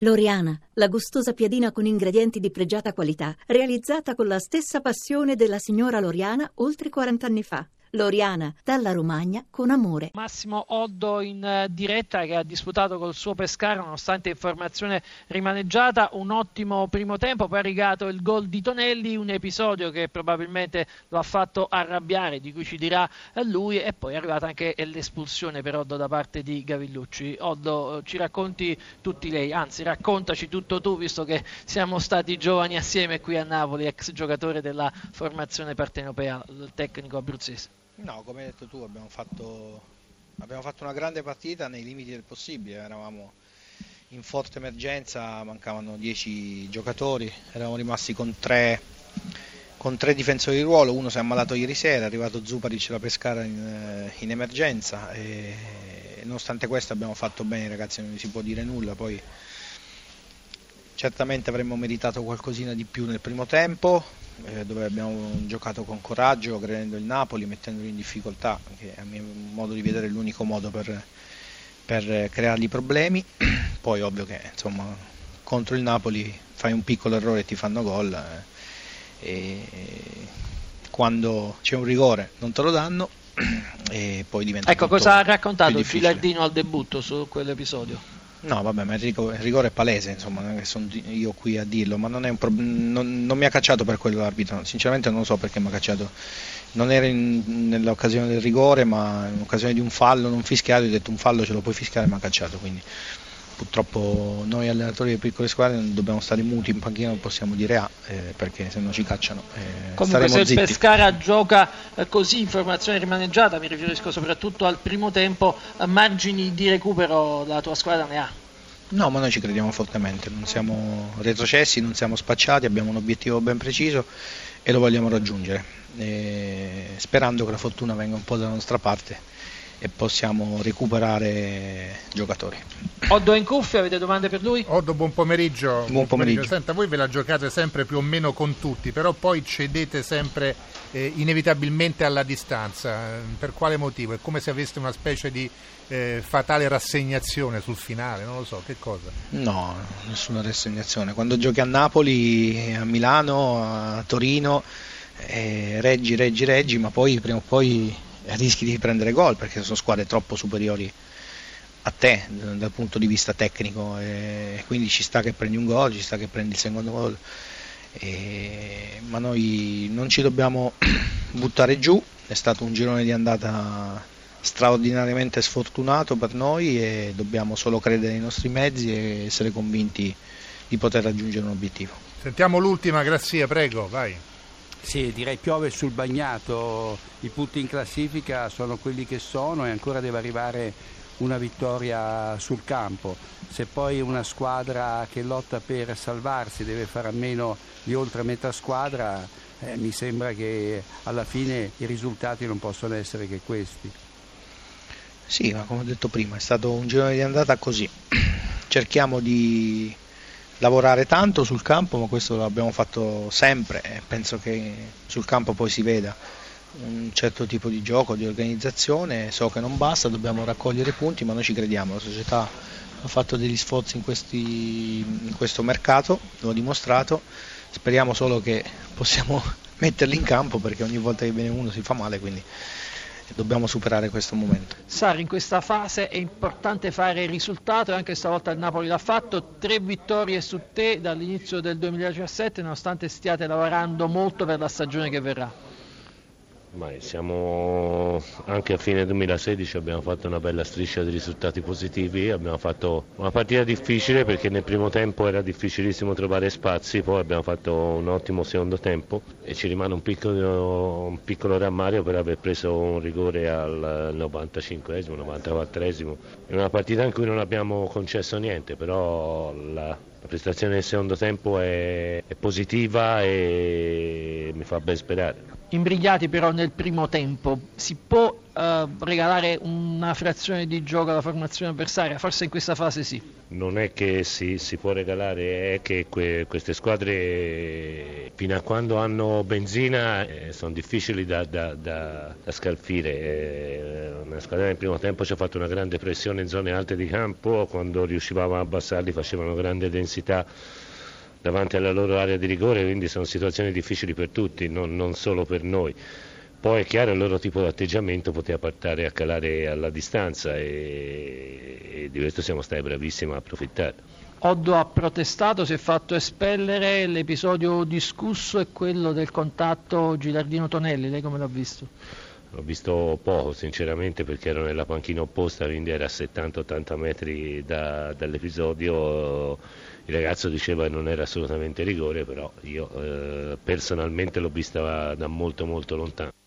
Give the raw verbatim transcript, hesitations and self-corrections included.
Loriana, la gustosa piadina con ingredienti di pregiata qualità, realizzata con la stessa passione della signora Loriana oltre quaranta anni fa. Loriana, dalla Romagna con amore. Massimo Oddo in uh, diretta, che ha disputato col suo Pescara nonostante informazione rimaneggiata, un ottimo primo tempo, poi è arrivato il gol di Tonelli, un episodio che probabilmente lo ha fatto arrabbiare, di cui ci dirà lui, e poi è arrivata anche l'espulsione per Oddo da parte di Gavillucci. Oddo, ci racconti tutti lei, anzi raccontaci tutto tu, visto che siamo stati giovani assieme qui a Napoli, ex giocatore della formazione partenopea, il tecnico abruzzese. No, come hai detto tu, abbiamo fatto, abbiamo fatto una grande partita nei limiti del possibile, eravamo in forte emergenza, mancavano dieci giocatori, eravamo rimasti con tre, con tre difensori di ruolo, uno si è ammalato ieri sera, è arrivato Zuparic da Pescara in, in emergenza e nonostante questo abbiamo fatto bene, ragazzi, non si può dire nulla. Poi certamente avremmo meritato qualcosina di più nel primo tempo, eh, dove abbiamo giocato con coraggio, aggredendo il Napoli, mettendolo in difficoltà, che a mio modo di vedere è l'unico modo per, per creargli problemi. Poi ovvio che insomma contro il Napoli fai un piccolo errore e ti fanno gol, eh, e quando c'è un rigore non te lo danno e poi diventa ecco cosa ha raccontato il Gilardino al debutto su quell'episodio. No, vabbè, ma il rigore è palese, insomma, non è che sono io qui a dirlo, ma non, è un pro- non, non mi ha cacciato per quello l'arbitro, sinceramente non lo so perché mi ha cacciato, non era in, nell'occasione del rigore, ma in occasione di un fallo non fischiato, ho detto un fallo ce lo puoi fischiare, ma ha cacciato, quindi purtroppo noi allenatori delle piccole squadre non dobbiamo stare muti in panchina, non possiamo dire A, eh, perché se no ci cacciano. Eh, Comunque se il zitti. Pescara gioca eh, così in formazione rimaneggiata, mi riferisco soprattutto al primo tempo, eh, margini di recupero la tua squadra ne ha? No, ma noi ci crediamo fortemente, non siamo retrocessi, non siamo spacciati, abbiamo un obiettivo ben preciso e lo vogliamo raggiungere, e sperando che la fortuna venga un po' dalla nostra parte e possiamo recuperare giocatori. Oddo è in cuffia, avete domande per lui? Oddo, buon pomeriggio. Buon pomeriggio. Senta, voi ve la giocate sempre più o meno con tutti, però poi cedete sempre eh, inevitabilmente alla distanza. Per quale motivo? È come se aveste una specie di eh, fatale rassegnazione sul finale, non lo so, che cosa? No, nessuna rassegnazione. Quando giochi a Napoli, a Milano, a Torino, eh, reggi, reggi, reggi, ma poi prima o poi rischi di prendere gol perché sono squadre troppo superiori a te dal punto di vista tecnico, e quindi ci sta che prendi un gol, ci sta che prendi il secondo gol, e, ma noi non ci dobbiamo buttare giù. È stato un girone di andata straordinariamente sfortunato per noi e dobbiamo solo credere nei nostri mezzi e essere convinti di poter raggiungere un obiettivo. Sentiamo l'ultima, Grazia, prego, vai. Sì, direi piove sul bagnato, i punti in classifica sono quelli che sono e ancora deve arrivare una vittoria sul campo. Se poi una squadra che lotta per salvarsi deve fare a meno di oltre metà squadra, eh, mi sembra che alla fine i risultati non possono essere che questi. Sì, ma come ho detto prima è stato un girone di andata così, cerchiamo di lavorare tanto sul campo, ma questo l'abbiamo fatto sempre e penso che sul campo poi si veda un certo tipo di gioco, di organizzazione. So che non basta, dobbiamo raccogliere punti, ma noi ci crediamo, la società ha fatto degli sforzi in, questi, in questo mercato, lo ha dimostrato, speriamo solo che possiamo metterli in campo perché ogni volta che viene uno si fa male, quindi dobbiamo superare questo momento. Sarri, in questa fase è importante fare il risultato e anche stavolta il Napoli l'ha fatto, tre vittorie su te dall'inizio del duemiladiciassette nonostante stiate lavorando molto per la stagione che verrà. Ma siamo anche a fine duemilasedici, abbiamo fatto una bella striscia di risultati positivi, abbiamo fatto una partita difficile perché nel primo tempo era difficilissimo trovare spazi, poi abbiamo fatto un ottimo secondo tempo e ci rimane un piccolo, un piccolo rammario per aver preso un rigore al novantacinquesimo, novantaquattresimo, è una partita in cui non abbiamo concesso niente, però la, la prestazione del secondo tempo è, è positiva e mi fa ben sperare. Imbrigliati però nel primo tempo, si può eh, regalare una frazione di gioco alla formazione avversaria, forse in questa fase sì. Non è che si, si può regalare, è che que, queste squadre fino a quando hanno benzina eh, sono difficili da, da, da, da scalfire. Eh, una squadra nel primo tempo ci ha fatto una grande pressione in zone alte di campo, quando riuscivamo a abbassarli facevano grande densità davanti alla loro area di rigore, quindi sono situazioni difficili per tutti, non, non solo per noi. Poi è chiaro il loro tipo di atteggiamento poteva portare a calare alla distanza e, e di questo siamo stati bravissimi a approfittare. Oddo ha protestato, si è fatto espellere, l'episodio discusso è quello del contatto Gilardino-Tonelli, lei come l'ha visto? L'ho visto poco sinceramente perché ero nella panchina opposta, quindi era a settanta ottanta metri da, dall'episodio. Il ragazzo diceva che non era assolutamente rigore, però io eh, personalmente l'ho vista da molto molto lontano.